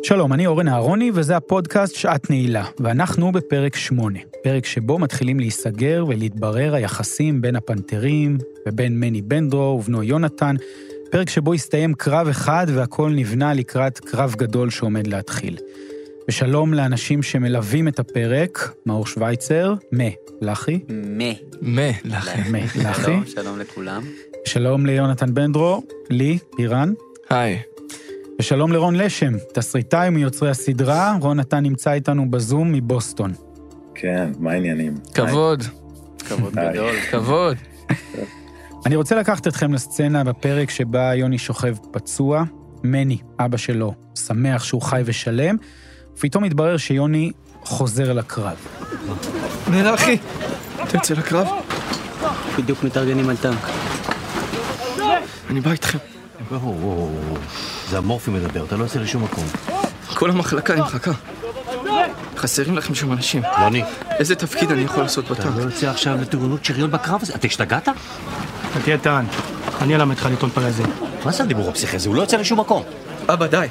שלום, אני אורן אהרוני, וזה הפודקאסט שעת נעילה, ואנחנו בפרק 8, פרק שבו מתחילים להיסגר ולהתברר היחסים בין הפנתרים ובין מני בנדרו ובנו יונתן, פרק שבו הסתיים קרב אחד והכל נבנה לקראת קרב גדול שעומד להתחיל. ושלום לאנשים שמלווים את הפרק, מאור שוויצר, לחי. לחי. שלום לכולם. שלום ליונתן בנדרו, לי, אירן. היי. ושלום לרון לשם, תסריטאי מיוצרי הסדרה, רון אתה נמצא איתנו בזום מבוסטון. כן, מה העניינים? כבוד. כבוד גדול. כבוד. אני רוצה לקחת אתכם לסצנה בפרק שבה יוני שוכב פצוע, מני, אבא שלו, שמח שהוא חי ושלם, ופתאום מתברר שיוני חוזר לקרב. נראה אחי, אתה יוצא לקרב? בדיוק מתארגנים על טנק. אני בא איתכם. זה המורפי מדבר, אתה לא יוצא לשום מקום. כל המחלקה היא מחכה. חסרים לכם שם אנשים. לא אני. איזה תפקיד אני יכול לעשות אתה בטנק? לא יוצא עכשיו לטירונות שריון בקרב הזה? אתה השתגעת? אתה תהיה טען, אני אלמד לך לטעון פרזי. מה זה הדיבור הפסיכי הזה? הוא לא יוצא לשום מקום. אבא, די.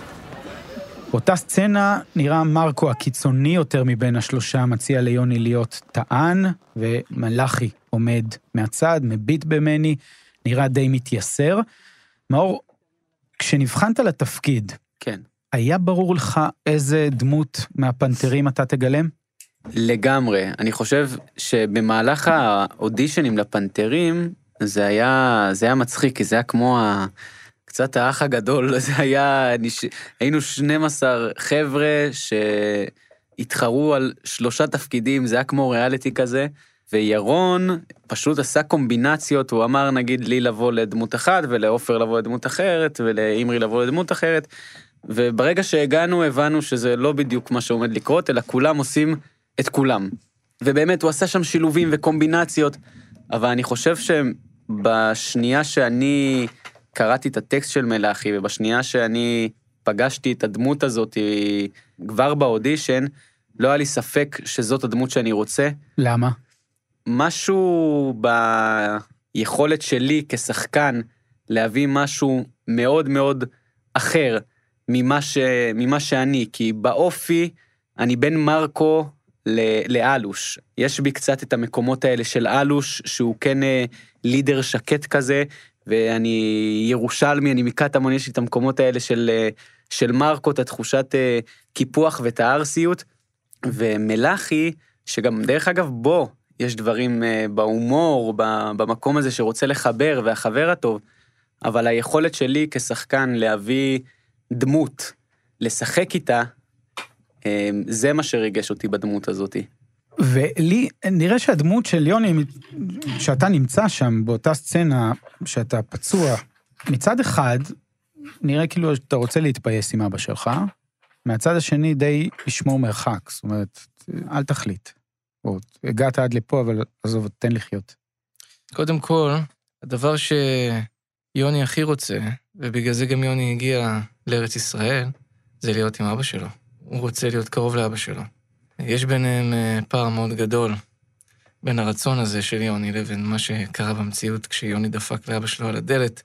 באותה סצנה נראה מרקו הקיצוני יותר מבין השלושה מציע ליוני להיות טען, ומלאכי עומד מהצד, מביט במני, נראה די מתייסר. מאור, כשנבחנת לתפקיד, כן. היה ברור לך איזה דמות מהפנתרים אתה תגלם? לגמרי. אני חושב שבמהלך האודישנים לפנתרים, זה היה מצחיק, כי זה היה כמו קצת האח הגדול, זה היה, היינו 12 חבר'ה שהתחרו על 3 תפקידים, זה היה כמו ריאליטי כזה, וירון פשוט עשה קומבינציות, הוא אמר נגיד לי לבוא לדמות אחת, ולאופר לבוא לדמות אחרת, ולאמרי לבוא לדמות אחרת, וברגע שהגענו הבנו שזה לא בדיוק מה שעומד לקרות, אלא כולם עושים את כולם. ובאמת הוא עשה שם שילובים וקומבינציות, אבל אני חושב שבשנייה שאני קראתי את הטקסט של מלאכי, ובשנייה שאני פגשתי את הדמות הזאת כבר באודישן, לא היה לי ספק שזאת הדמות שאני רוצה. למה? משהו ביכולת שלי כשחקן להביא משהו מאוד מאוד אחר ממה שאני, כי באופי אני בין מרקו לאלוש. יש בי קצת את המקומות האלה של אלוש, שהוא כן לידר שקט כזה, ואני ירושלמי, אני מקטמון, יש לי את המקומות האלה של מרקו, את התחושת קיפוח ואת הארסיות, ומלאכי, שגם דרך אגב בו, יש דברים בהומור, במקום הזה שרוצה לחבר, והחבר הטוב, אבל היכולת שלי כשחקן להביא דמות, לשחק איתה, זה מה שריגש אותי בדמות הזאת. ולי, נראה שהדמות של יוני, שאתה נמצא שם באותה סצנה, שאתה פצוע, מצד אחד, נראה כאילו שאתה רוצה להתפייס עם אבא שלך, מהצד השני די לשמור מרחק, זאת אומרת, אל תחליט. או, הגעת עד לפה, אבל עזוב, תן לחיות. קודם כל, הדבר שיוני הכי רוצה, ובגלל זה גם יוני הגיע לארץ ישראל, זה להיות עם אבא שלו. הוא רוצה להיות קרוב לאבא שלו. יש ביניהם פער מאוד גדול, בין הרצון הזה של יוני לבין מה שקרה במציאות, כשיוני דפק לאבא שלו על הדלת,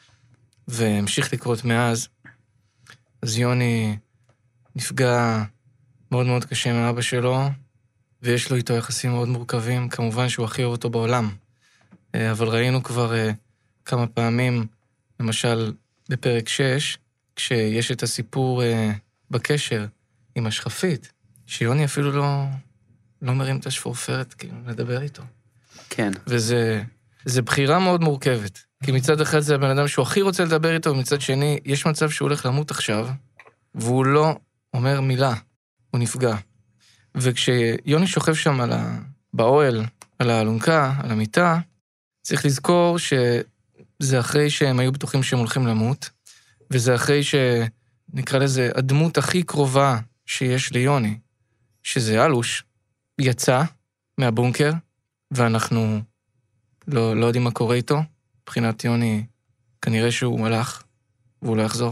והמשיך לקרות מאז. אז יוני נפגע מאוד מאוד קשה מאבא שלו, ויש לו איתו יחסים מאוד מורכבים, כמובן שהוא הכי אוהב אותו בעולם. אבל ראינו כבר כמה פעמים, למשל בפרק 6, כשיש את הסיפור בקשר עם השכפית, שיוני אפילו לא מרים את השפורפרת, כאילו, לדבר איתו. כן. וזה בחירה מאוד מורכבת. כי מצד אחד זה הבן אדם שהוא הכי רוצה לדבר איתו, ומצד שני, יש מצב שהוא הולך למות עכשיו, והוא לא אומר מילה, הוא נפגע. וכשיוני שוכב שם באוהל, על האלונקה, על המיטה, צריך לזכור שזה אחרי שהם היו בטוחים שהם הולכים למות, וזה אחרי שנקרא לזה הדמות הכי קרובה שיש ליוני, שזה אלוש, יצא מהבונקר, ואנחנו לא יודעים מה קורה איתו. מבחינת יוני, כנראה שהוא הלך, והוא לא יחזור.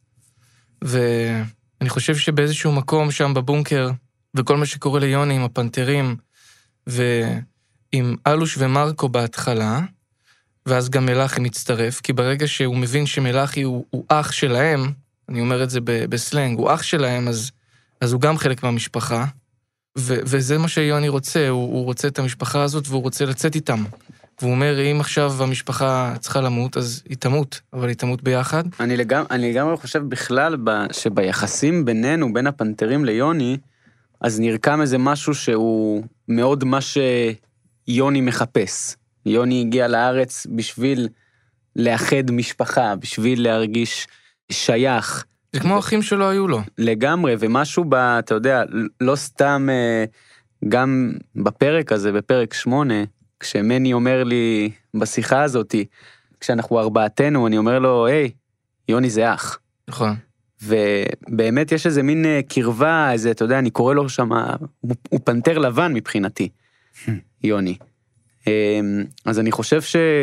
ואני חושב שבאיזשהו מקום שם בבונקר, וכל מה שקורה ליוני עם הפנתרים, ועם אלוש ומרקו בהתחלה, ואז גם מלאכי מצטרף, כי ברגע שהוא מבין שמלאכי הוא אח שלהם, אני אומר את זה בסלנג, הוא אח שלהם, אז הוא גם חלק מהמשפחה, וזה מה שיוני רוצה, הוא רוצה את המשפחה הזאת, והוא רוצה לצאת איתם. והוא אומר, אם עכשיו המשפחה צריכה למות, אז היא תמות, אבל היא תמות ביחד. אני לגמרי חושב בכלל שביחסים בינינו, בין הפנתרים ליוני, אז נרקם איזה משהו שהוא מאוד מה שיוני מחפש. יוני הגיע לארץ בשביל לאחד משפחה, בשביל להרגיש שייך. זה כמו אחים שלו היו לו. לגמרי, ומשהו אתה יודע, לא סתם, גם בפרק הזה, בפרק 8, כשמני אומר לי בשיחה הזאת, כשאנחנו ארבעתנו, אני אומר לו, היי, יוני זה אח. נכון. ובאמת יש איזה מין קרבה, איזה, אתה יודע, אני קורא לו שם, הוא פנתר לבן מבחינתי, יוני. אז אני חושב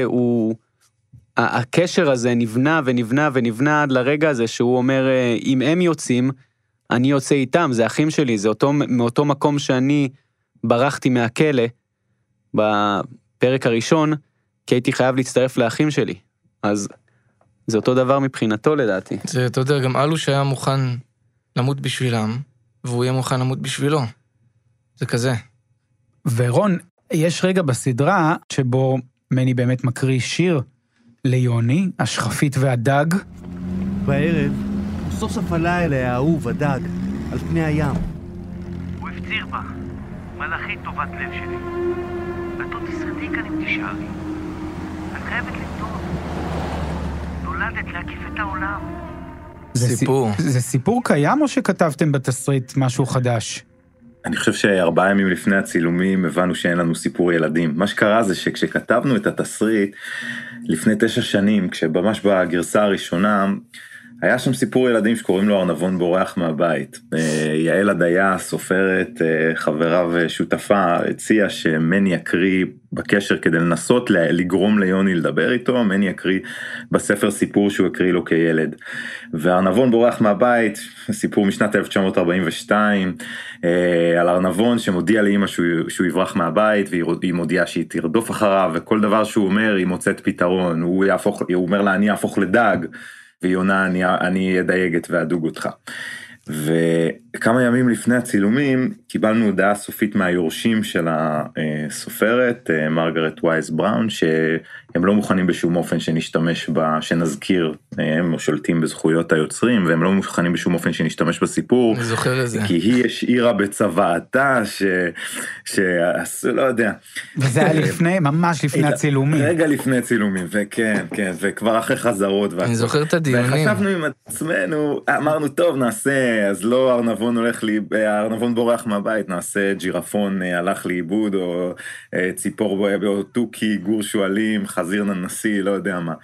הקשר הזה נבנה ונבנה ונבנה עד לרגע הזה שהוא אומר, אם הם יוצאים, אני יוצא איתם, זה אחים שלי, זה מאותו מקום שאני ברחתי מהכלא, בפרק הראשון, כי הייתי חייב להצטרף לאחים שלי. אז זה אותו דבר מבחינתו לדעתי. זה, אתה יודע, גם אלו שהיה מוכן למות בשבילם, והוא יהיה מוכן למות בשבילו. זה כזה. ורון, יש רגע בסדרה שבו מני באמת מקריא שיר ליוני, השחפית והדג. בערב, הוא סוף סוף עלה אלי האהוב, הדג, על פני הים. הוא הפציר בך, מלאכית טובת לב שלי. את עוד תשרדי כאן אם תישארי. את חייבת למדוד. נולדת להקיף את העולם. סיפור. זה סיפור קיים או שכתבתם בתסריט משהו חדש? אני חושב ש4 ימים לפני הצילומים הבנו שאין לנו סיפור ילדים. מה שקרה זה שכשכתבנו את התסריט, לפני 9 שנים, כשממש בגרסה הראשונה, היה שם סיפור ילדים שקוראים לו ארנבון בורח מהבית. יעל הדיה, סופרת, חברה ושותפה, הציעה שמני יקריא בקשר כדי לנסות לגרום ליוני לדבר איתו, מני יקריא בספר סיפור שהוא יקריא לו כילד. וארנבון בורח מהבית, סיפור משנת 1942, על ארנבון שמודיע לאמא שהוא יברח מהבית, והיא מודיעה שהיא תרדוף אחריו, וכל דבר שהוא אומר היא מוצאת פתרון, הוא אומר לה אני אהפוך לדג, והיא עונה, אני אדייגת ואדוג אותך. וכמה ימים לפני הצילומים, קיבלנו הודעה סופית מהיורשים של הסופרת, מרגרט וייס בראון, שהם לא מוכנים בשום אופן שנשתמש שנזכיר, הם שולטים בזכויות היוצרים, והם לא מוכנים בשום אופן שנשתמש בסיפור. אני זוכר את זה. כי היא השאירה בצוואתה, לא יודע. וזה היה לפני, ממש לפני הצילומים. רגע לפני הצילומים, וכן, כן, וכבר אחרי חזרות. אני זוכר את הדיונים. וחשבנו עם עצמנו, אמרנו, טוב, נעשה, אז לא ארנבון בורח מהבית, נעשה ג'ירפון הלך לאיבוד, או ציפור או טוקי, גור שואלים, חזיר ננסי, לא יודע מה.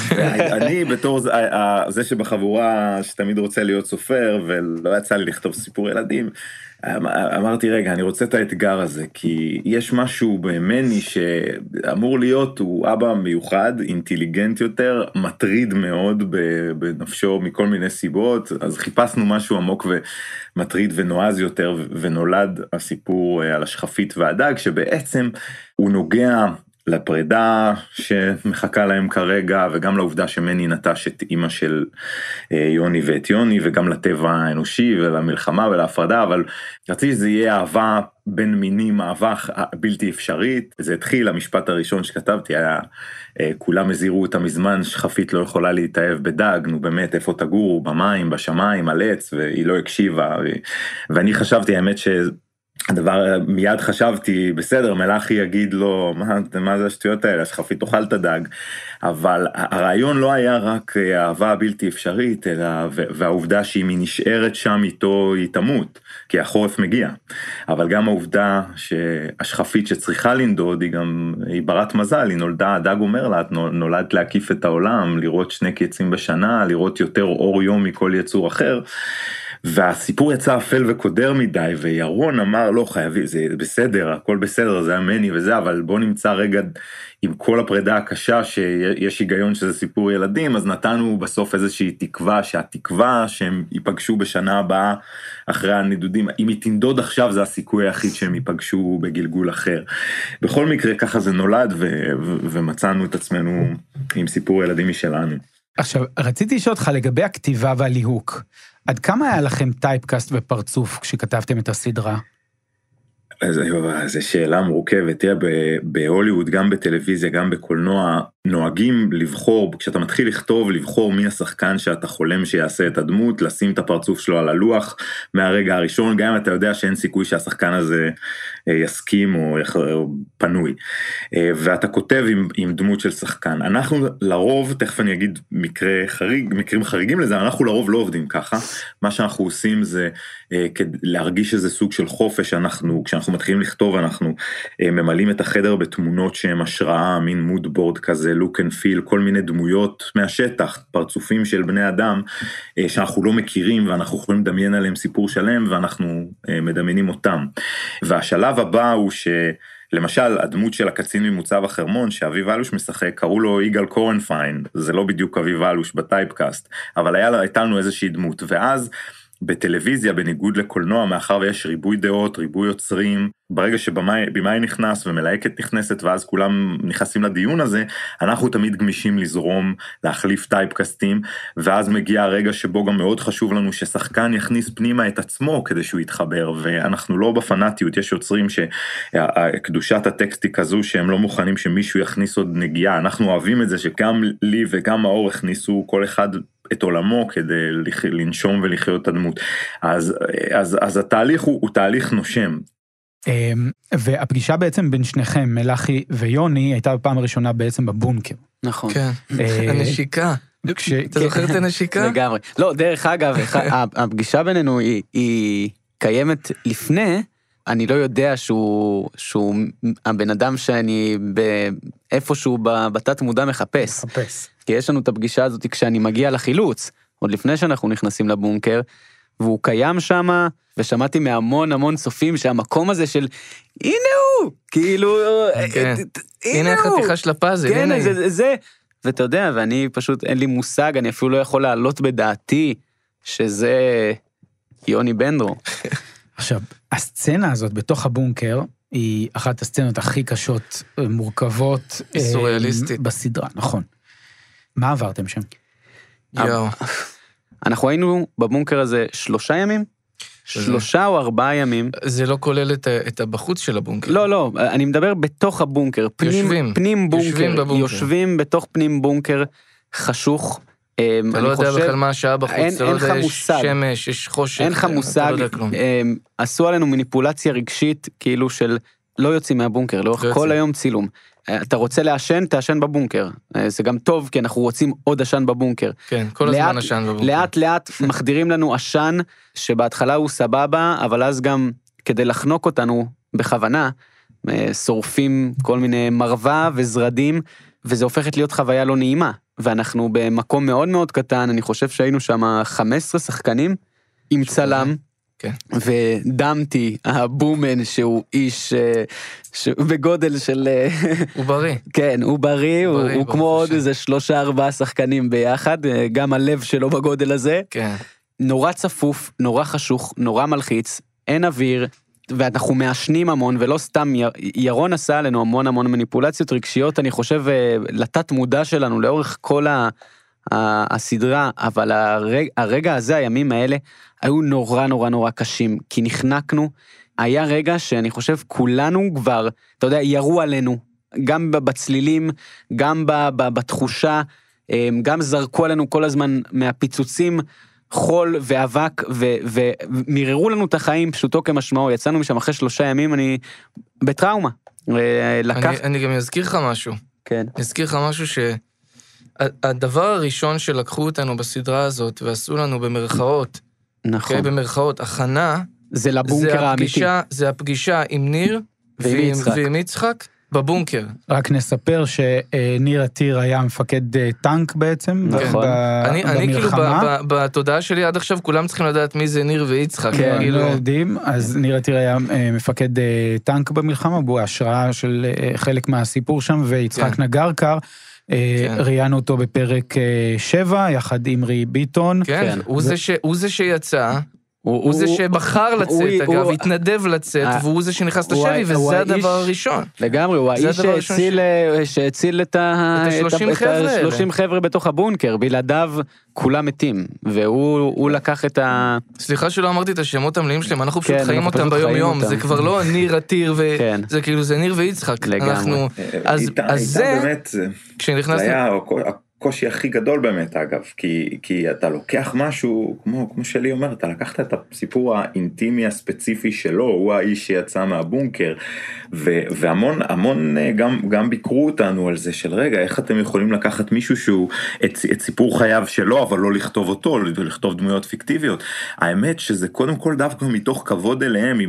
אני בתור זה שבחבורה שתמיד רוצה להיות סופר, ולא יצא לי לכתוב סיפור ילדים, אמרתי רגע, אני רוצה את האתגר הזה, כי יש משהו במני שאמור להיות, הוא אבא מיוחד, אינטליגנט יותר, מטריד מאוד בנפשו מכל מיני סיבות, אז חיפשנו משהו עמוק ומטריד ונועז יותר, ונולד הסיפור על השחפית והדג, שבעצם הוא נוגע לפרידה שמחכה להם כרגע, וגם לעובדה שמני נטש את אמא של יוני ואת יוני, וגם לטבע האנושי ולמלחמה ולהפרדה, אבל רציתי שזה יהיה אהבה בין מינים, אהבה בלתי אפשרית. זה התחיל, המשפט הראשון שכתבתי היה, כולם הזהירו אותה מזמן, שחפית לא יכולה להתאהב בדג, נו באמת, איפה תגורו, במים, בשמיים, על עץ, והיא לא הקשיבה, ואני חשבתי, האמת הדבר, מיד חשבתי, בסדר, מלאכי יגיד לו, מה זה השטויות האלה, שחפית תאכל את הדג, אבל הרעיון לא היה רק האהבה הבלתי אפשרית, אלא, והעובדה שהיא נשארת שם איתו, היא תמות, כי החורף מגיע, אבל גם העובדה שהשחפית שצריכה לנדוד, היא ברת מזל, היא נולדה, הדג אומר לה, את נולדת להקיף את העולם, לראות 2 קצים בשנה, לראות יותר אור יום מכל יצור אחר, והסיפור יצא אפל וקודר מדי, וירון אמר, לא חייבי, זה בסדר, הכל בסדר, זה המני וזה, אבל בוא נמצא רגע עם כל הפרידה הקשה, שיש היגיון שזה סיפור ילדים, אז נתנו בסוף איזושהי תקווה, שהתקווה שהם ייפגשו בשנה הבאה, אחרי הנדודים, אם היא תנדוד עכשיו, זה הסיכוי היחיד שהם ייפגשו בגלגול אחר. בכל מקרה, ככה זה נולד, ומצאנו את עצמנו עם סיפור ילדים משלנו. עכשיו, רציתי לשאול אותך לגבי הכתיבה והליהוק. עד כמה היה לכם טייפקאסט ופרצוף כשכתבתם את הסדרה? זו שאלה מורכבת, תראה, בהוליווד, גם בטלוויזיה, גם בקולנוע, נוהגים לבחור, כשאתה מתחיל לכתוב, לבחור מי השחקן שאתה חולם שיעשה את הדמות, לשים את הפרצוף שלו על הלוח מהרגע הראשון, גם אם אתה יודע שאין סיכוי שהשחקן הזה יסכים או פנוי. ואתה כותב עם דמות של שחקן. אנחנו לרוב, תכף אני אגיד מקרים חריגים לזה, אנחנו לרוב לא עובדים ככה. מה שאנחנו עושים זה להרגיש איזה סוג של חופש, כשאנחנו מתחילים לכתוב, אנחנו ממלאים את החדר בתמונות שהן השראה, מין מוד בורד כזה, לוק אנד פיל, כל מיני דמויות מהשטח, פרצופים של בני אדם, שאנחנו לא מכירים, ואנחנו יכולים לדמיין עליהם סיפור שלם, ואנחנו מדמיינים אותם. והשלב הבא הוא למשל, הדמות של הקצין ממוצב החרמון, שאביב אלוש משחק, קראו לו יגאל קורנפיין, זה לא בדיוק אביב אלוש בטייפקאסט, אבל הייתה לנו איזושהי דמות, ואז בטלוויזיה, בניגוד לקולנוע, מאחר ויש ריבוי דעות, ריבוי יוצרים, ברגע שבמאי נכנס ומלהקת נכנסת, ואז כולם נכנסים לדיון הזה, אנחנו תמיד גמישים לזרום, להחליף טייפקאסטים, ואז מגיע הרגע שבו גם מאוד חשוב לנו ששחקן יכניס פנימה את עצמו, כדי שהוא יתחבר, ואנחנו לא בפנאטיות, יש יוצרים שקדושת הטקסט היא כזו, שהם לא מוכנים שמישהו יכניס עוד נגיעה, אנחנו אוהבים את זה שגם לי וגם האור הכניסו כל אחד את עולמו כדי לנשום ולחיות את הדמות. אז התהליך הוא תהליך נושם. והפגישה בעצם בין שניכם, מלאכי ויוני, הייתה בפעם הראשונה בעצם בבונקר. נכון. כן, הנשיקה. אתה זוכר את הנשיקה? לגמרי. לא, דרך אגב, הפגישה בינינו היא קיימת לפני, אני לא יודע שהוא הבן אדם שאני איפשהו בתת מודע מחפש. כי יש לנו את הפגישה הזאת כשאני מגיע לחילוץ, עוד לפני שאנחנו נכנסים לבונקר, והוא קיים שם, ושמעתי מהמון המון צופים שהמקום הזה של, הנה הוא, כאילו, הנה החתיכה של הפאזל, כן, זה, ואתה יודע, ואני פשוט, אין לי מושג, אני אפילו לא יכול לעלות בדעתי, שזה יוני בנדרו. עכשיו, הסצנה הזאת בתוך הבונקר, היא אחת הסצנות הכי קשות, מורכבות, סוריאליסטית. בסדרה, נכון. מה עברתם שם? יואו. אנחנו היינו בבונקר הזה 3 ימים? 3 או 4 ימים. זה לא כולל את הבחוץ של הבונקר. לא, אני מדבר בתוך הבונקר. פנים בונקר. יושבים בתוך פנים בונקר חשוך. אתה לא יודע בכלל מה השעה בחוץ. אין לך מושג. שמש, יש חושך. אין לך מושג. עשו עלינו מניפולציה רגשית, כאילו של לא יוצאים מהבונקר, לאורך כל היום צילום. אתה רוצה לעשן, תעשן בבונקר. זה גם טוב, כי אנחנו רוצים עוד עשן בבונקר. כן, כל הזמן עשן בבונקר. לאט לאט מחדירים לנו עשן, שבהתחלה הוא סבבה, אבל אז גם כדי לחנוק אותנו בכוונה, שורפים כל מיני מרווה וזרדים, וזה הופכת להיות חוויה לא נעימה. ואנחנו במקום מאוד מאוד קטן, אני חושב שהיינו שם 15 שחקנים, עם צלם, כן. ודמתי, הבומן, שהוא איש בגודל של... הוא בריא. כן, הוא בריא, הוא כמו עוד איזה 3-4 שחקנים ביחד, גם הלב שלו בגודל הזה. כן. נורא צפוף, נורא חשוך, נורא מלחיץ, אין אוויר, ואנחנו מעשנים המון, ולא סתם, ירון עשה עלינו המון מניפולציות רגשיות, אני חושב, לתת מודע שלנו לאורך כל הסדרה, אבל הרגע הזה, הימים האלה, היו נורא קשים, כי נחנקנו, היה רגע שאני חושב כולנו כבר, אתה יודע, ירו עלינו, גם בצלילים, גם בתחושה, גם זרקו עלינו כל הזמן מהפיצוצים, חול ואבק, ומיררו לנו את החיים פשוטו כמשמעו, יצאנו משם אחרי 3 ימים, אני בטראומה. אני גם אזכיר לך משהו. כן. אזכיר לך משהו שהדבר הראשון שלקחו אותנו בסדרה הזאת, ועשו לנו במרכאות, נכון. במרכאות, הכנה, זה לבונקר האמיתי. זה הפגישה עם ניר ועם יצחק בבונקר. רק נספר שניר עתיר היה מפקד טנק בעצם, נכון. אני כאילו בתודעה שלי עד עכשיו כולם צריכים לדעת מי זה ניר ויצחק. כן, לא יודעים, אז ניר עתיר היה מפקד טנק במלחמה, הוא השראה של חלק מהסיפור שם, ויצחק נגרקר, ראיינו אותו בפרק 7, יחד עם רי ביטון. כן, הוא זה שיצא, הוא זה שבחר לצאת, אגב, התנדב לצאת, והוא זה שנכנס לשבי, וזה הדבר הראשון. לגמרי, הוא האיש שהציל את ה-30 חבר'ה בתוך הבונקר, בלעדיו כולם מתים, והוא לקח את ה... סליחה שלא אמרתי את השמות המלאים שלהם, אנחנו פשוט חיים אותם ביום יום, זה כבר לא ניר עתיר, זה כאילו, זה ניר ויצחק. לגמרי. אז זה, כשנכנסנו... הקושי הכי גדול באמת, אגב, כי אתה לוקח משהו, כמו שלי אומר, אתה לקחת את הסיפור האינטימי הספציפי שלו, הוא האיש שיצא מהבונקר, והמון גם ביקרו אותנו על זה של רגע, איך אתם יכולים לקחת מישהו שהוא את סיפור חייו שלו, אבל לא לכתוב אותו, לכתוב דמויות פיקטיביות. האמת שזה קודם כל דווקא מתוך כבוד אליהם,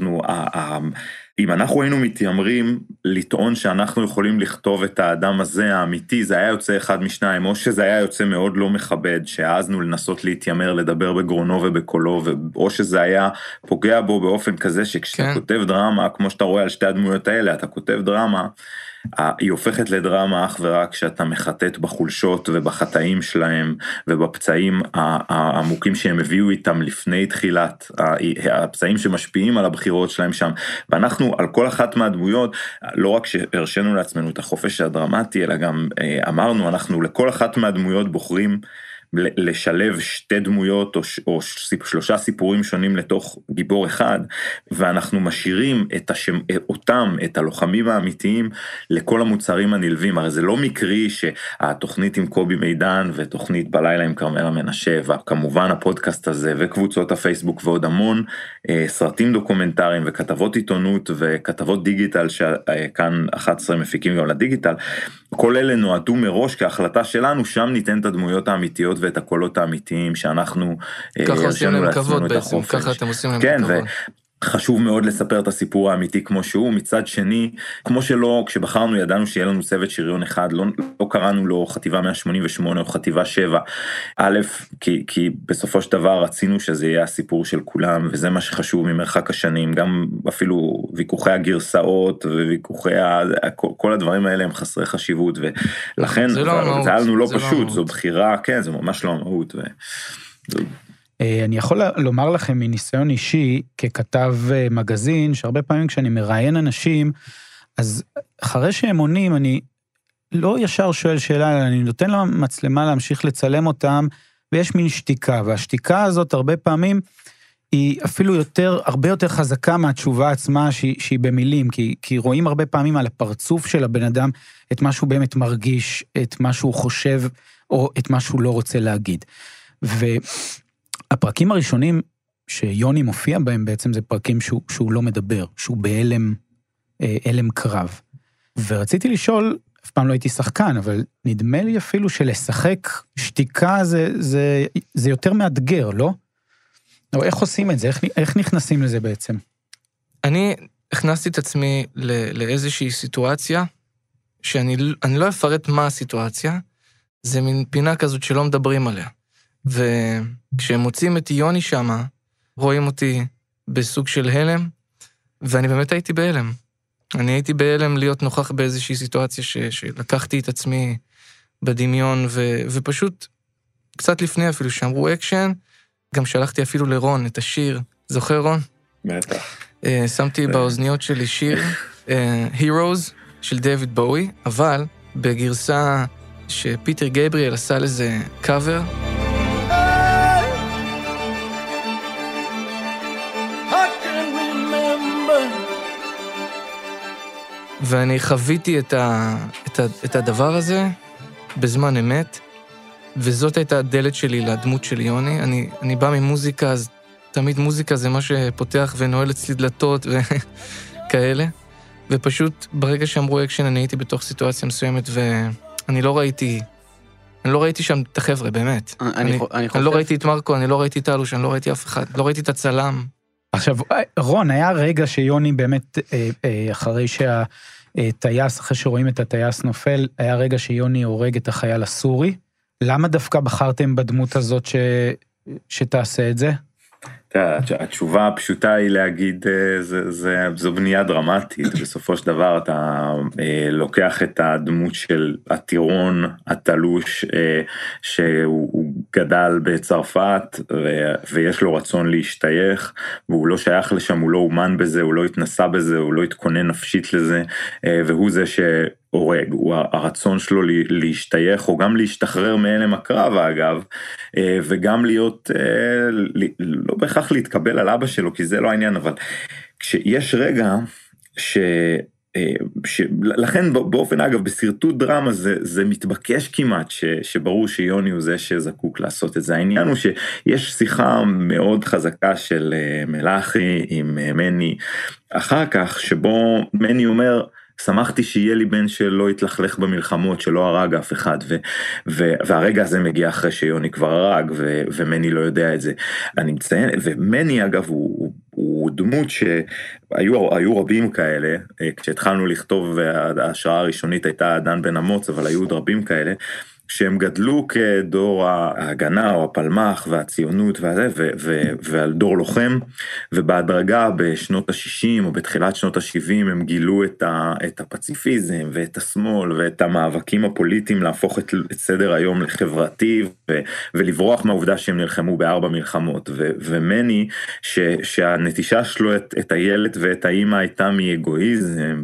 אם אנחנו היינו מתיימרים לטעון שאנחנו יכולים לכתוב את האדם הזה האמיתי, זה היה יוצא אחד משניים, או שזה היה יוצא מאוד לא מכבד, שהעזנו לנסות להתיימר לדבר בגרונו ובקולו, או שזה היה פוגע בו באופן כזה, שכשאתה כותב דרמה, כמו שאתה רואה על שתי הדמויות האלה, אתה כותב דרמה, היא הופכת לדרמה אך ורק כשאתה מחטט בחולשות ובחטאים שלהם ובפצעים העמוקים שהם הביאו איתם לפני תחילת, הפצעים שמשפיעים על הבחירות שלהם שם, ואנחנו על כל אחת מהדמויות, לא רק שהרשנו לעצמנו את החופש הדרמטי, אלא גם אמרנו, אנחנו לכל אחת מהדמויות בוחרים לשלב שתי דמויות או שלושה סיפורים שונים לתוך גיבור אחד, ואנחנו משאירים אותם, את הלוחמים האמיתיים, לכל המוצרים הנלווים. הרי זה לא מקרי שהתוכנית עם קובי מידן ותוכנית בלילה עם כרמלה מנשה, וכמובן הפודקאסט הזה וקבוצות הפייסבוק ועוד המון סרטים דוקומנטריים וכתבות עיתונות וכתבות דיגיטל, שכאן 11 מפיקים גם לדיגיטל, כל אלה נועדו מראש כהחלטה שלנו, שם ניתן את הדמויות האמיתיות ואת הקולות האמיתיים שאנחנו ככה עושים להם כבוד בעצם, ככה אתם עושים להם כבוד. חשוב מאוד לספר את הסיפור האמיתי כמו שהוא, מצד שני, כמו שלא, כשבחרנו ידענו שיהיה לנו צוות שריון אחד, לא קראנו לו חטיבה 188 או חטיבה 7, א', כי בסופו של דבר רצינו שזה יהיה הסיפור של כולם, וזה מה שחשוב ממרחק השנים, גם אפילו ויכוחי הגרסאות, וויכוחי, כל הדברים האלה הם חסרי חשיבות, ולכן זה היה לנו לא פשוט, זו בחירה, כן, זה ממש לא המהות, אני יכול לומר לכם מניסיון אישי, ככתב מגזין, שהרבה פעמים כשאני מראיין אנשים, אז אחרי שהם עונים, אני לא ישר שואל שאלה, אני נותן למצלמה להמשיך לצלם אותם, ויש מין שתיקה, והשתיקה הזאת הרבה פעמים, היא אפילו הרבה יותר חזקה מהתשובה עצמה שהיא במילים, כי רואים הרבה פעמים על הפרצוף של הבן אדם, את מה שהוא באמת מרגיש, את מה שהוא חושב, או את מה שהוא לא רוצה להגיד. הפרקים הראשונים שיוני מופיע בהם בעצם זה פרקים שהוא לא מדבר, שהוא בהלם קרב. ורציתי לשאול, אף פעם לא הייתי שחקן, אבל נדמה לי אפילו שלשחק שתיקה זה יותר מאתגר, לא? אבל איך עושים את זה? איך נכנסים לזה בעצם? אני הכנסתי את עצמי לאיזושהי סיטואציה, שאני לא אפרט מה הסיטואציה, זה מין פינה כזאת שלא מדברים עליה. וכשהם מוצאים את יוני שמה, רואים אותי בסוג של הלם, ואני באמת הייתי בהלם. אני הייתי בהלם להיות נוכח באיזושהי סיטואציה שלקחתי את עצמי בדמיון, ופשוט קצת לפני אפילו שאמרו אקשן, גם שלחתי אפילו לרון את השיר, זוכר רון? בטח. שמתי באוזניות שלי שיר, Heroes של דיוויד בואי, אבל בגרסה שפיטר גבריאל עשה לזה קאבר, ואני חוויתי את הדבר הזה בזמן אמת, וזאת הייתה הדלת שלי לדמות של יוני. אני בא ממוזיקה, אז תמיד מוזיקה זה מה שפותח ונועל אצלי דלתות וכאלה. ופשוט ברגע שאמרו אקשן, אני הייתי בתוך סיטואציה מסוימת, ואני לא ראיתי שם את החבר'ה, באמת. אני לא ראיתי את מרקו, אני לא ראיתי את אלוש, אני לא ראיתי אף אחד, לא ראיתי את הצלם. עכשיו, רון, היה רגע שיוני באמת, אחרי שהטייס, אחרי שרואים את הטייס נופל, היה רגע שיוני הורג את החייל הסורי. למה דווקא בחרתם בדמות הזאת שתעשה את זה? התשובה הפשוטה היא להגיד, זו בנייה דרמטית. בסופו של דבר אתה לוקח את הדמות של הטירון, התלוש, שהוא גדל בצרפת, ויש לו רצון להשתייך, והוא לא שייך לשם, הוא לא אומן בזה, הוא לא התנסה בזה, הוא לא התכונן נפשית לזה, והוא זה שהורג, הוא הרצון שלו להשתייך, או גם להשתחרר מאלם הקרב אגב, וגם להיות, לא בהכרח להתקבל על אבא שלו, כי זה לא העניין, אבל כשיש רגע לכן באופן אגב בסרטוט דרמה זה מתבקש כמעט שברור שיוני הוא זה שזקוק לעשות את זה. העניין הוא שיש שיחה מאוד חזקה של מלאכי עם מני אחר כך, שבו מני אומר, שמחתי שיהיה לי בן שלא יתלכלך במלחמות, שלא הרג אף אחד, והרגע הזה מגיע אחרי שיוני כבר הרג, ומני לא יודע את זה. אני מציין, ומני אגב הוא דמות שהיו רבים כאלה, כשהתחלנו לכתוב, ההשראה הראשונית הייתה דן בן אמוץ, אבל היו עוד רבים כאלה, שהם גדלו כדור ההגנה או הפלמח והציונות ועל דור לוחם, ובהדרגה בשנות ה-60 או בתחילת שנות ה-70 הם גילו את הפציפיזם ואת השמאל ואת המאבקים הפוליטיים להפוך את סדר היום לחברתי ולברוח מהעובדה שהם נלחמו ב4 מלחמות, ומני שהנטישה שלו את הילד ואת האמא הייתה מאגואיזם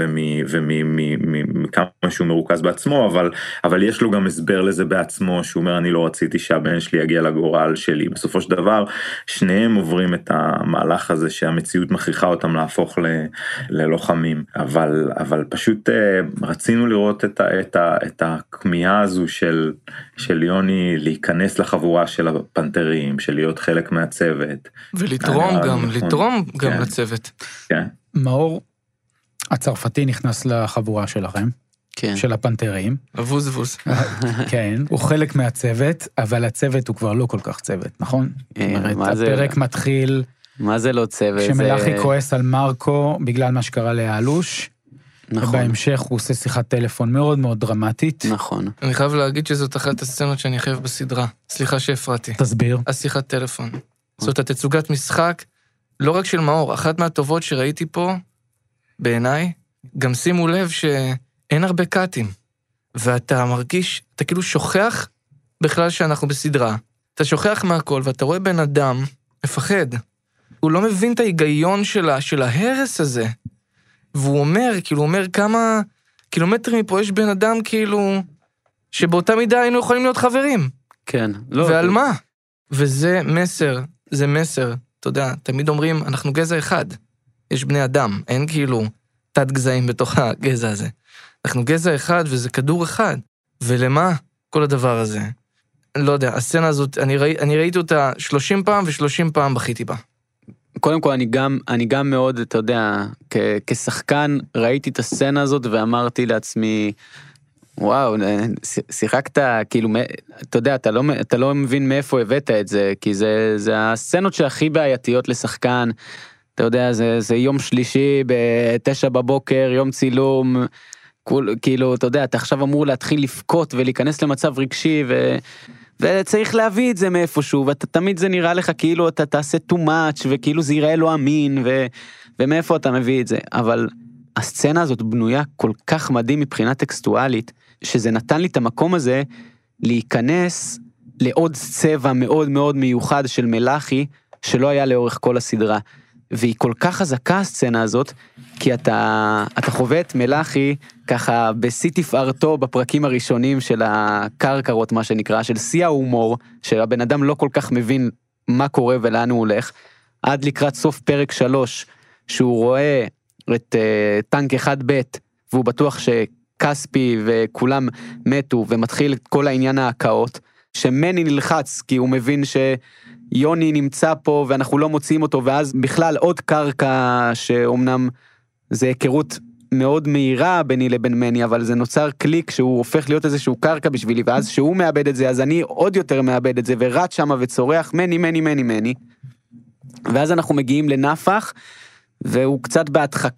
ומכמה שהוא מרוכז בעצמו, אבל יש לו גם הסבר לזה בעצמו, שהוא אומר, אני לא רציתי שהבן שלי יגיע לגורל שלי. בסופו של דבר, שניהם עוברים את המהלך הזה, שהמציאות מכריחה אותם להפוך ללוחמים. אבל פשוט רצינו לראות את הכמיהה הזו של יוני להיכנס לחבורה של הפנתרים, של להיות חלק מהצוות. ולתרום גם לצוות. כן. מאור, הצרפתי נכנס לחבורה שלכם. כן. של הפנתרים. אבוז. כן, הוא חלק מהצוות, אבל הצוות הוא כבר לא כל כך צוות, נכון? הפרק מתחיל... מה זה לא צוות? כשמלאכי כועס על מרקו, בגלל מה שקרה לאלוש, נכון. ובהמשך הוא עושה שיחת טלפון מאוד מאוד דרמטית. נכון. אני חייב להגיד שזאת אחת הסצנות שאני חייב בסדרה. סליחה שהפרעתי. תסביר. השיחת טלפון. זאת התצוגת משחק, לא רק של מאור, אחת מהטובות שראיתי פה, בעיניי, גם שימו לב אין הרבה קאטים, ואתה מרגיש, אתה כאילו שוכח בכלל שאנחנו בסדרה, אתה שוכח מהכל, ואתה רואה בן אדם מפחד, הוא לא מבין את ההיגיון של ההרס הזה, והוא אומר, כאילו, הוא אומר כמה קילומטרים מפה יש בן אדם, כאילו, שבאותה מידה היינו יכולים להיות חברים. כן. לא, ועל מה? וזה מסר, זה מסר, אתה יודע, תמיד אומרים, אנחנו גזע אחד, יש בני אדם, אין כאילו תת גזעים בתוך הגזע הזה. אנחנו גזע אחד וזה כדור אחד. ולמה כל הדבר הזה? לא יודע, הסצנה הזאת, אני ראיתי אותה 30 פעם ו30 פעם בכיתי בה. קודם כל, אני גם מאוד, אתה יודע, כשחקן ראיתי את הסצנה הזאת ואמרתי לעצמי, וואו, שיחקת, כאילו, אתה יודע, אתה לא מבין מאיפה הבאת את זה, כי זה הסצנות שהכי בעייתיות לשחקן, אתה יודע, זה יום שלישי ב9 בבוקר, יום צילום, כאילו, אתה יודע, אתה עכשיו אמור להתחיל לפקות ולהיכנס למצב רגשי, וצריך להביא את זה מאיפשהו, ותמיד זה נראה לך כאילו אתה תעשה too much, וכאילו זה יראה לא אמין, ומאיפה אתה מביא את זה. אבל הסצנה הזאת בנויה כל כך מדהים מבחינה טקסטואלית, שזה נתן לי את המקום הזה להיכנס לעוד צבע מאוד מאוד מיוחד של מלאכי, שלא היה לאורך כל הסדרה. והיא כל כך חזקה הסצנה הזאת, כי אתה חווה את מלאכי ככה בשיא תפארתו בפרקים הראשונים של הקרקרות, מה שנקרא, של שיא ההומור, שהבן אדם לא כל כך מבין מה קורה ולאן הוא הולך, עד לקראת סוף פרק 3, שהוא רואה את טנק 1ב' והוא בטוח שקספי וכולם מתו, ומתחיל את כל העניין ההקאות, שמני נלחץ, כי הוא מבין יוני נמצא פה ואנחנו לא מוצאים אותו, ואז בכלל עוד קרקע שאומנם זה היכרות מאוד מהירה ביני לבין מני, אבל זה נוצר קליק שהוא הופך להיות איזשהו קרקע בשבילי, ואז שהוא מאבד את זה, אז אני עוד יותר מאבד את זה, ורץ שמה וצורח מני, ואז אנחנו מגיעים לנפח, והוא קצת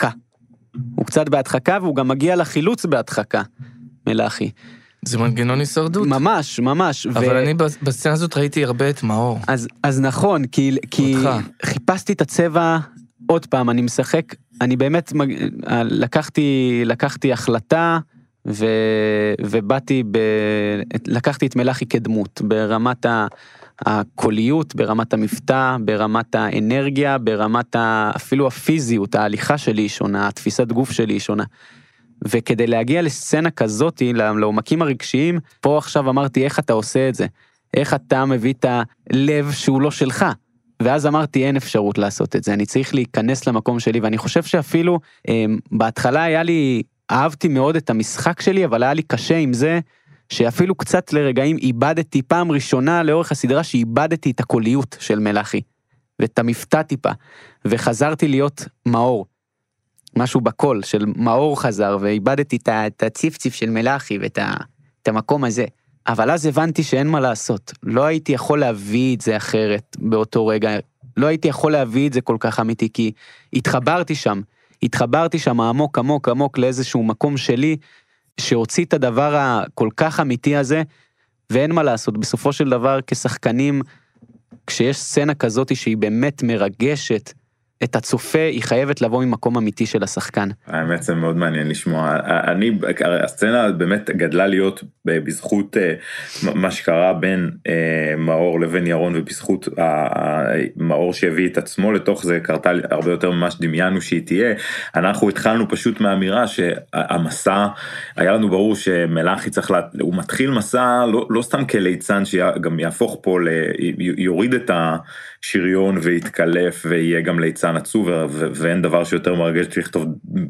בהדחקה, והוא גם מגיע לחילוץ בהדחקה, מלאכי. זה מנגנון הישרדות. ממש. אבל אני בסצנה הזאת ראיתי הרבה את מאור. אז נכון, כי חיפשתי את הצבע, עוד פעם, אני משחק, אני באמת לקחתי החלטה, ובאתי, לקחתי את מלאכי כדמות, ברמת הקוליות, ברמת המבטא, ברמת האנרגיה, ברמת אפילו הפיזיות, ההליכה שלי היא שונה, התפיסת גוף שלי היא שונה. וכדי להגיע לסצנה כזאת, לעומקים הרגשיים, פה עכשיו אמרתי, איך אתה עושה את זה? איך אתה מביא את הלב שהוא לא שלך? ואז אמרתי, אין אפשרות לעשות את זה, אני צריך להיכנס למקום שלי, ואני חושב שאפילו, בהתחלה היה לי, אהבתי מאוד את המשחק שלי, אבל היה לי קשה עם זה, שאפילו קצת לרגעים איבדתי, פעם ראשונה לאורך הסדרה, שאיבדתי את הקוליות של מלאכי, ואת המבטא טיפה, וחזרתי להיות מאור, משהו בקול של מאור חזר, ואיבדתי את הציפציף של מלאכי, ואת המקום הזה, אבל אז הבנתי שאין מה לעשות, לא הייתי יכול להביא את זה אחרת באותו רגע, לא הייתי יכול להביא את זה כל כך אמיתי, כי התחברתי שם עמוק עמוק עמוק לאיזשהו מקום שלי, שהוציא את הדבר הכל כך אמיתי הזה, ואין מה לעשות, בסופו של דבר כשחקנים, כשיש סצנה כזאת שהיא באמת מרגשת, את הצופה היא חייבת לבוא ממקום אמיתי של השחקן. האמת זה מאוד מעניין לשמוע, הסצנה באמת גדלה להיות בזכות מה שקרה בין מאור לבין ירון, ובזכות מאור שהביא את עצמו לתוך זה, קרתה הרבה יותר ממה שדמיינו שהיא תהיה. אנחנו התחלנו פשוט מהאמירה שהמסע, היה לנו ברור שמלאכי צריך, הוא מתחיל מסע לא סתם כליצן, שגם יהפוך פה, יוריד את השריון ויתקלף ויהיה גם ליצן עצוב, ואין דבר שיותר מרגש לכתוב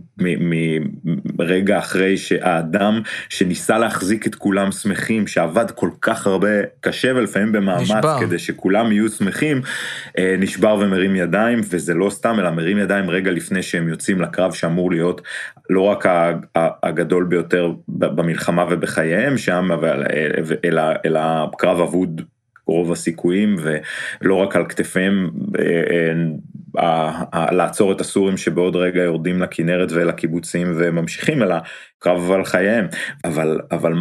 מרגע אחרי שהאדם שניסה להחזיק את כולם שמחים, שעבד כל כך הרבה קשה ולפעמים במאמץ כדי שכולם יהיו שמחים, נשבר ומרים ידיים, וזה לא סתם אלא מרים ידיים רגע לפני שהם יוצאים לקרב שאמור להיות לא רק הגדול ביותר במלחמה ובחייהם שם, אלא קרב אבוד רוב הסיכויים, ולא רק על כתפיהם לעצור את הסורים שבעוד רגע יורדים לכנרת ולקיבוצים וממשיכים, אלא קרב על חייהם. אבל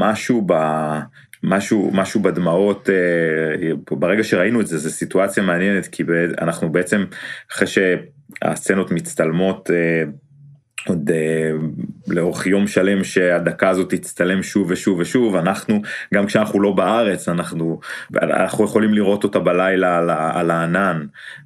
משהו בדמעות, ברגע שראינו את זה, זו סיטואציה מעניינת, כי אנחנו בעצם, אחרי שהסצנות מצטלמות, עוד לאורך יום שלם שהדקה הזאת תצטלם שוב ושוב ושוב, אנחנו, גם כשאנחנו לא בארץ, אנחנו יכולים לראות אותה בלילה על הענן,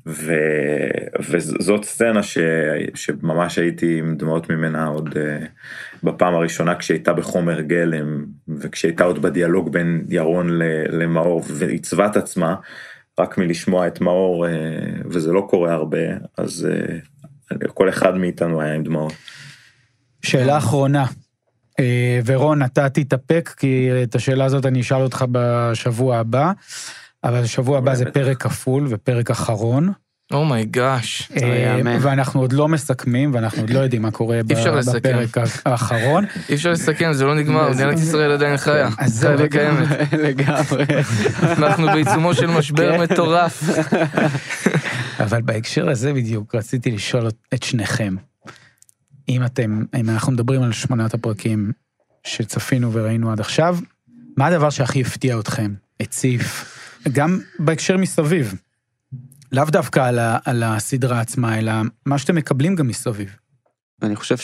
וזאת סצנה שממש הייתי עם דמעות ממנה עוד בפעם הראשונה, כשהייתה בחומר גלם, וכשהייתה עוד בדיאלוג בין ירון למאור, והצבת עצמה, רק מלשמוע את מאור, וזה לא קורה הרבה, אז כל אחד מאיתנו היה עם דמעות. שאלה אחרונה, ורון, אתה תתאפק, כי את השאלה הזאת אני אשאל אותך בשבוע הבא, אבל השבוע הבא זה פרק כפול ופרק אחרון. אומייגאש. ואנחנו עוד לא מסכמים, ואנחנו עוד לא יודעים מה קורה בפרק האחרון. אי אפשר לסכם, זה לא נגמר, מדינת ישראל עדיין חיה. זה לגמרי. אנחנו בעיצומו של משבר מטורף. אבל בהקשר הזה בדיוק רציתי לשאול את שניכם, אם אנחנו מדברים על 8 הפרקים שצפינו וראינו עד עכשיו, מה הדבר שהכי הפתיע אתכם, הציף, גם בהקשר מסביב, לאו דווקא על הסדרה עצמה, אלא מה שאתם מקבלים גם מסביב. אני חושב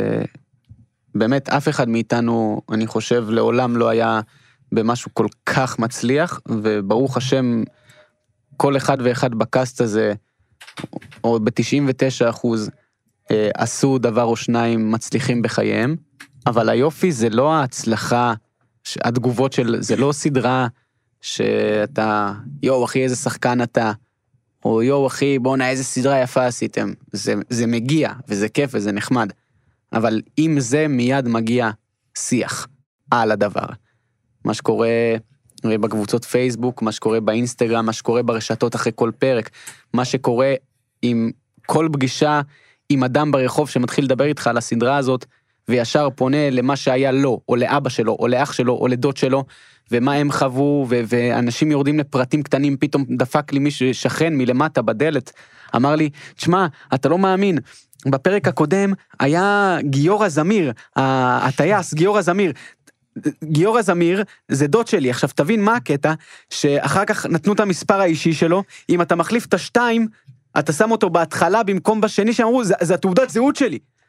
שבאמת אף אחד מאיתנו, אני חושב, לעולם לא היה במשהו כל כך מצליח, וברוך השם, כל אחד ואחד בקאסט הזה, או ב-99%, עשו דבר או שניים מצליחים בחייהם, אבל היופי זה לא ההצלחה, התגובות זה לא סדרה שאתה, יו אחי איזה שחקן אתה, או יו אחי בואנה איזה סדרה יפה עשיתם, זה מגיע וזה כיף וזה נחמד, אבל אם זה מיד מגיע שיח על הדבר, מה שקורה בקבוצות פייסבוק, מה שקורה באינסטגרם, מה שקורה ברשתות אחרי כל פרק, מה שקורה עם כל פגישה עם אדם ברחוב שמתחיל לדבר איתך על הסדרה הזאת, וישר פונה למה שהיה לו, או לאבא שלו, או לאח שלו, או לדוד שלו, ומה הם חוו, ואנשים יורדים לפרטים קטנים, פתאום דפק לי מישהו שכן מלמטה בדלת, אמר לי, תשמע, אתה לא מאמין, בפרק הקודם היה גיורא זמיר, הטייס, גיורא זמיר, גיורא זמיר זה דוד שלי, עכשיו תבין מה הקטע, שאחר כך נתנו את המספר האישי שלו, אם אתה מחליף את 2, אתה שם אותו בהתחלה במקום בשני, שאמרו, זה התעודת זהות שלי,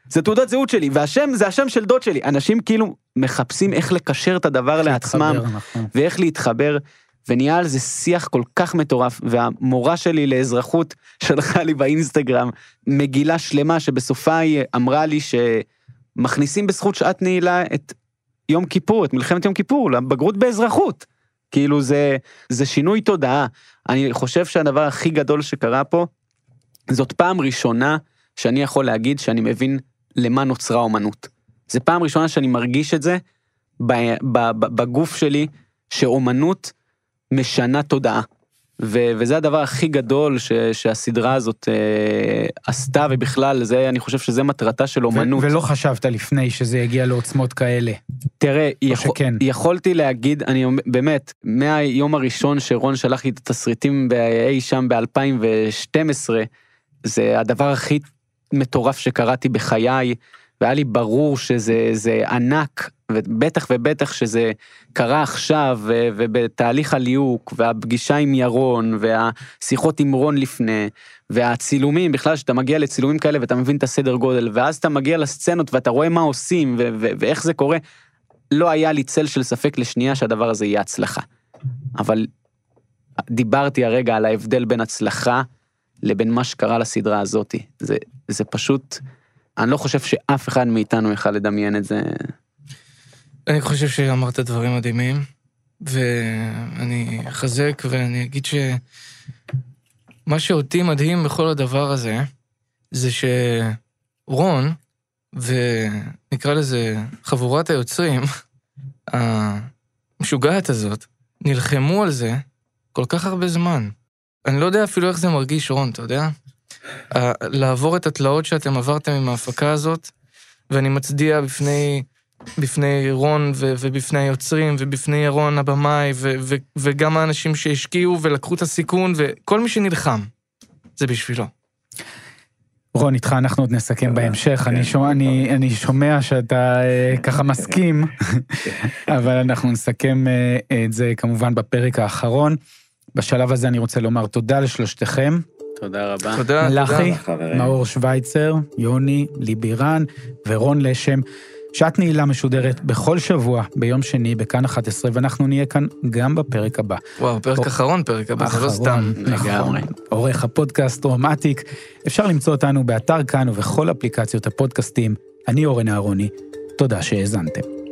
זה תעודת זהות שלי, והשם זה השם של דוד שלי. אנשים כאילו מחפשים איך לקשר את הדבר לעצמם, ואיך להתחבר, ונהיה על זה שיח כל כך מטורף, והמורה שלי לאזרחות שלחה לי באינסטגרם, מגילה שלמה שבסופה היא אמרה לי שמכניסים בזכות שעת נעילה את יום כיפור, את מלחמת יום כיפור, לבגרות באזרחות. כאילו זה שינוי תודעה. אני חושב שהדבר הכי גדול שקרה פה, זאת פעם ראשונה שאני יכול להגיד שאני מבין למה נוצרה אומנות. זה פעם ראשונה שאני מרגיש את זה בגוף שלי, שאומנות משנה תודעה. וזה הדבר הכי גדול שהסדרה הזאת עשתה, ובכלל, אני חושב שזה מטרתה של אומנות. ולא חשבת לפני שזה יגיע לעוצמות כאלה. תראה, יכולתי להגיד, אני באמת, מהיום הראשון שרון שלח לי את התסריטים אי שם ב-2012, זה הדבר הכי מטורף שקראתי בחיי, והיה לי ברור שזה ענק, ובטח ובטח שזה קרה עכשיו, ובתהליך הליוק, והפגישה עם ירון, והשיחות עם רון לפני, והצילומים, בכלל שאתה מגיע לצילומים כאלה, ואתה מבין את הסדר גודל, ואז אתה מגיע לסצנות, ואתה רואה מה עושים, ואיך זה קורה, לא היה לי צל של ספק לשנייה, שהדבר הזה יהיה הצלחה. אבל דיברתי הרגע על ההבדל בין הצלחה, לבין מה שקרה לסדרה הזאת. זה פשוט, אני לא חושב שאף אחד מאיתנו יוכל לדמיין את זה. אני חושב שאמרת דברים מדהימים, ואני אחזק ואני אגיד שמה שאותי מדהים בכל הדבר הזה, זה שרון, ונקרא לזה חבורת היוצרים, המשוגעת הזאת, נלחמו על זה כל כך הרבה זמן. אני לא יודע אפילו איך זה מרגיש, רון, אתה יודע? לעבור את התלאות שאתם עברתם עם ההפקה הזאת, ואני מצדיע בפני רון ובפני היוצרים, ובפני ירון הבמאי, וגם האנשים שהשקיעו ולקחו את הסיכון, וכל מי שנלחם, זה בשבילו. רון, איתך אנחנו עוד נסכם בהמשך, אני שומע שאתה ככה מסכים, אבל אנחנו נסכם את זה כמובן בפרק האחרון. בשלב הזה אני רוצה לומר תודה לשלושתכם. תודה רבה. תודה. מלאכי, מאור שוויצר, יוני, ליבירן ורון לשם. שעת נעילה משודרת בכל שבוע ביום שני בכאן 11, ואנחנו נהיה כאן גם בפרק הבא. וואו, פרק אחרון, פרק הבא, זה לא סתם. נכון. עורך הפודקאסט רומטיק. אפשר למצוא אותנו באתר כאן ובכל אפליקציות הפודקאסטים. אני אורן אהרוני. תודה שהאזנתם.